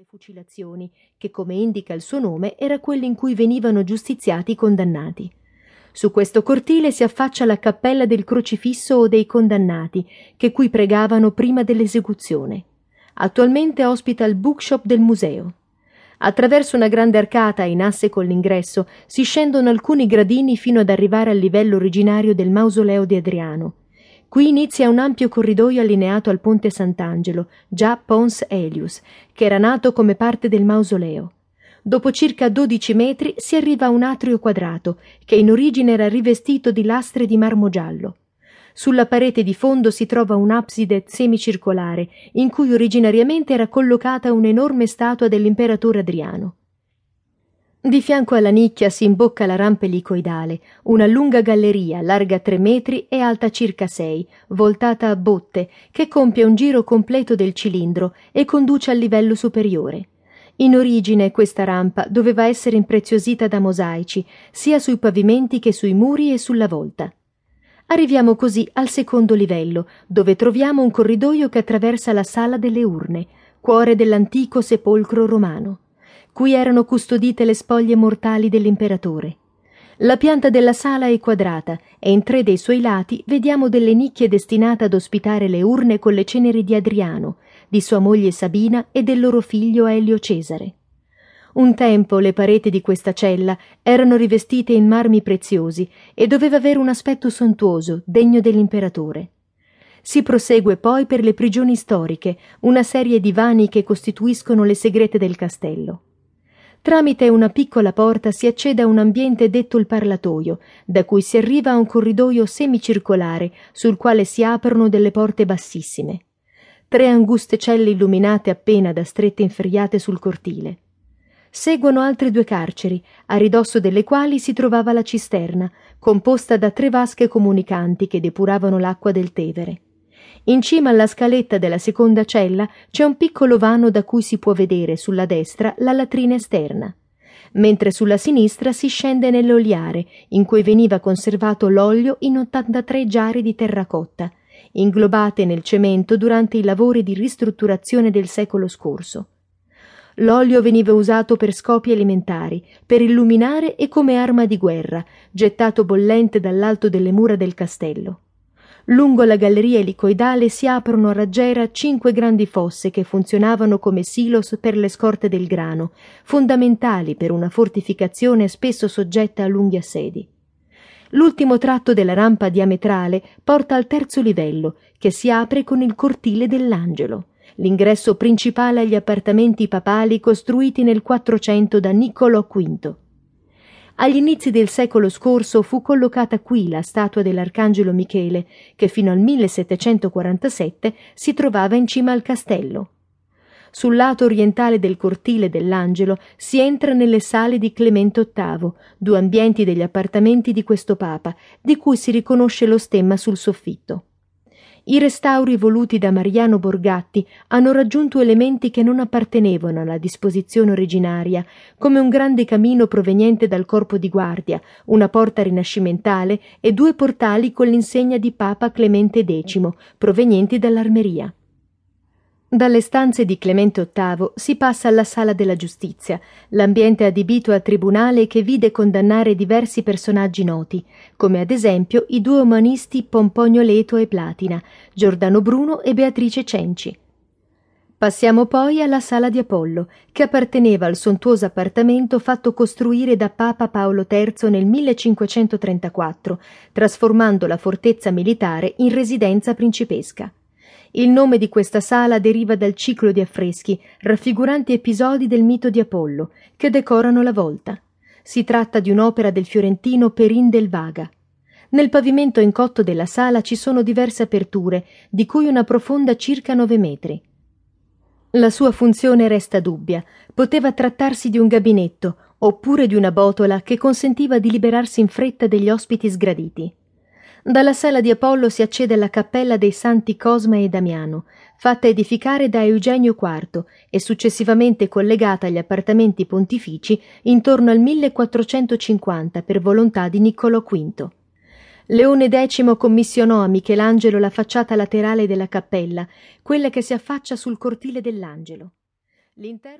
fucilazioni, che come indica il suo nome era quello in cui venivano giustiziati i condannati. Su questo cortile si affaccia la cappella del crocifisso o dei condannati, che qui pregavano prima dell'esecuzione. Attualmente ospita il bookshop del museo. Attraverso una grande arcata in asse con l'ingresso si scendono alcuni gradini fino ad arrivare al livello originario del mausoleo di Adriano. Qui inizia un ampio corridoio allineato al ponte Sant'Angelo, già Pons Aelius, che era nato come parte del mausoleo. Dopo circa 12 metri si arriva a un atrio quadrato, che in origine era rivestito di lastre di marmo giallo. Sulla parete di fondo si trova un'abside semicircolare, in cui originariamente era collocata un'enorme statua dell'imperatore Adriano. Di fianco alla nicchia si imbocca la rampa elicoidale, una lunga galleria larga 3 metri e alta circa 6, voltata a botte, che compie un giro completo del cilindro e conduce al livello superiore. In origine questa rampa doveva essere impreziosita da mosaici, sia sui pavimenti che sui muri e sulla volta. Arriviamo così al secondo livello, dove troviamo un corridoio che attraversa la sala delle urne, cuore dell'antico sepolcro romano. Qui erano custodite le spoglie mortali dell'imperatore. La pianta della sala è quadrata e in 3 dei suoi lati vediamo delle nicchie destinate ad ospitare le urne con le ceneri di Adriano, di sua moglie Sabina e del loro figlio Elio Cesare. Un tempo le pareti di questa cella erano rivestite in marmi preziosi e doveva avere un aspetto sontuoso, degno dell'imperatore. Si prosegue poi per le prigioni storiche, una serie di vani che costituiscono le segrete del castello. Tramite una piccola porta si accede a un ambiente detto il parlatoio, da cui si arriva a un corridoio semicircolare sul quale si aprono delle porte bassissime. 3 anguste celle illuminate appena da strette inferriate sul cortile. Seguono altre 2 carceri, a ridosso delle quali si trovava la cisterna, composta da 3 vasche comunicanti che depuravano l'acqua del Tevere. In cima alla scaletta della seconda cella c'è un piccolo vano da cui si può vedere sulla destra la latrina esterna, mentre sulla sinistra si scende nell'oliare, in cui veniva conservato l'olio in 83 giare di terracotta, inglobate nel cemento durante i lavori di ristrutturazione del secolo scorso. L'olio veniva usato per scopi alimentari, per illuminare e come arma di guerra, gettato bollente dall'alto delle mura del castello. Lungo la galleria elicoidale si aprono a raggiera 5 grandi fosse che funzionavano come silos per le scorte del grano, fondamentali per una fortificazione spesso soggetta a lunghi assedi. L'ultimo tratto della rampa diametrale porta al 3° livello, che si apre con il cortile dell'Angelo, l'ingresso principale agli appartamenti papali costruiti nel 400 da Niccolò V. Agli inizi del secolo scorso fu collocata qui la statua dell'Arcangelo Michele, che fino al 1747 si trovava in cima al castello. Sul lato orientale del cortile dell'Angelo si entra nelle sale di Clemente VIII, 2 ambienti degli appartamenti di questo papa, di cui si riconosce lo stemma sul soffitto. I restauri voluti da Mariano Borgatti hanno raggiunto elementi che non appartenevano alla disposizione originaria, come un grande camino proveniente dal corpo di guardia, una porta rinascimentale e 2 portali con l'insegna di Papa Clemente X, provenienti dall'armeria. Dalle stanze di Clemente VIII si passa alla Sala della Giustizia, l'ambiente adibito a tribunale che vide condannare diversi personaggi noti, come ad esempio i 2 umanisti Pomponio Leto e Platina, Giordano Bruno e Beatrice Cenci. Passiamo poi alla Sala di Apollo, che apparteneva al sontuoso appartamento fatto costruire da Papa Paolo III nel 1534, trasformando la fortezza militare in residenza principesca. Il nome di questa sala deriva dal ciclo di affreschi raffiguranti episodi del mito di Apollo, che decorano la volta. Si tratta di un'opera del fiorentino Perin del Vaga. Nel pavimento in cotto della sala ci sono diverse aperture, di cui una profonda circa 9 metri. La sua funzione resta dubbia. Poteva trattarsi di un gabinetto, oppure di una botola che consentiva di liberarsi in fretta degli ospiti sgraditi. Dalla Sala di Apollo si accede alla cappella dei Santi Cosma e Damiano, fatta edificare da Eugenio IV e successivamente collegata agli appartamenti pontifici intorno al 1450 per volontà di Niccolò V. Leone X commissionò a Michelangelo la facciata laterale della cappella, quella che si affaccia sul cortile dell'Angelo. L'interno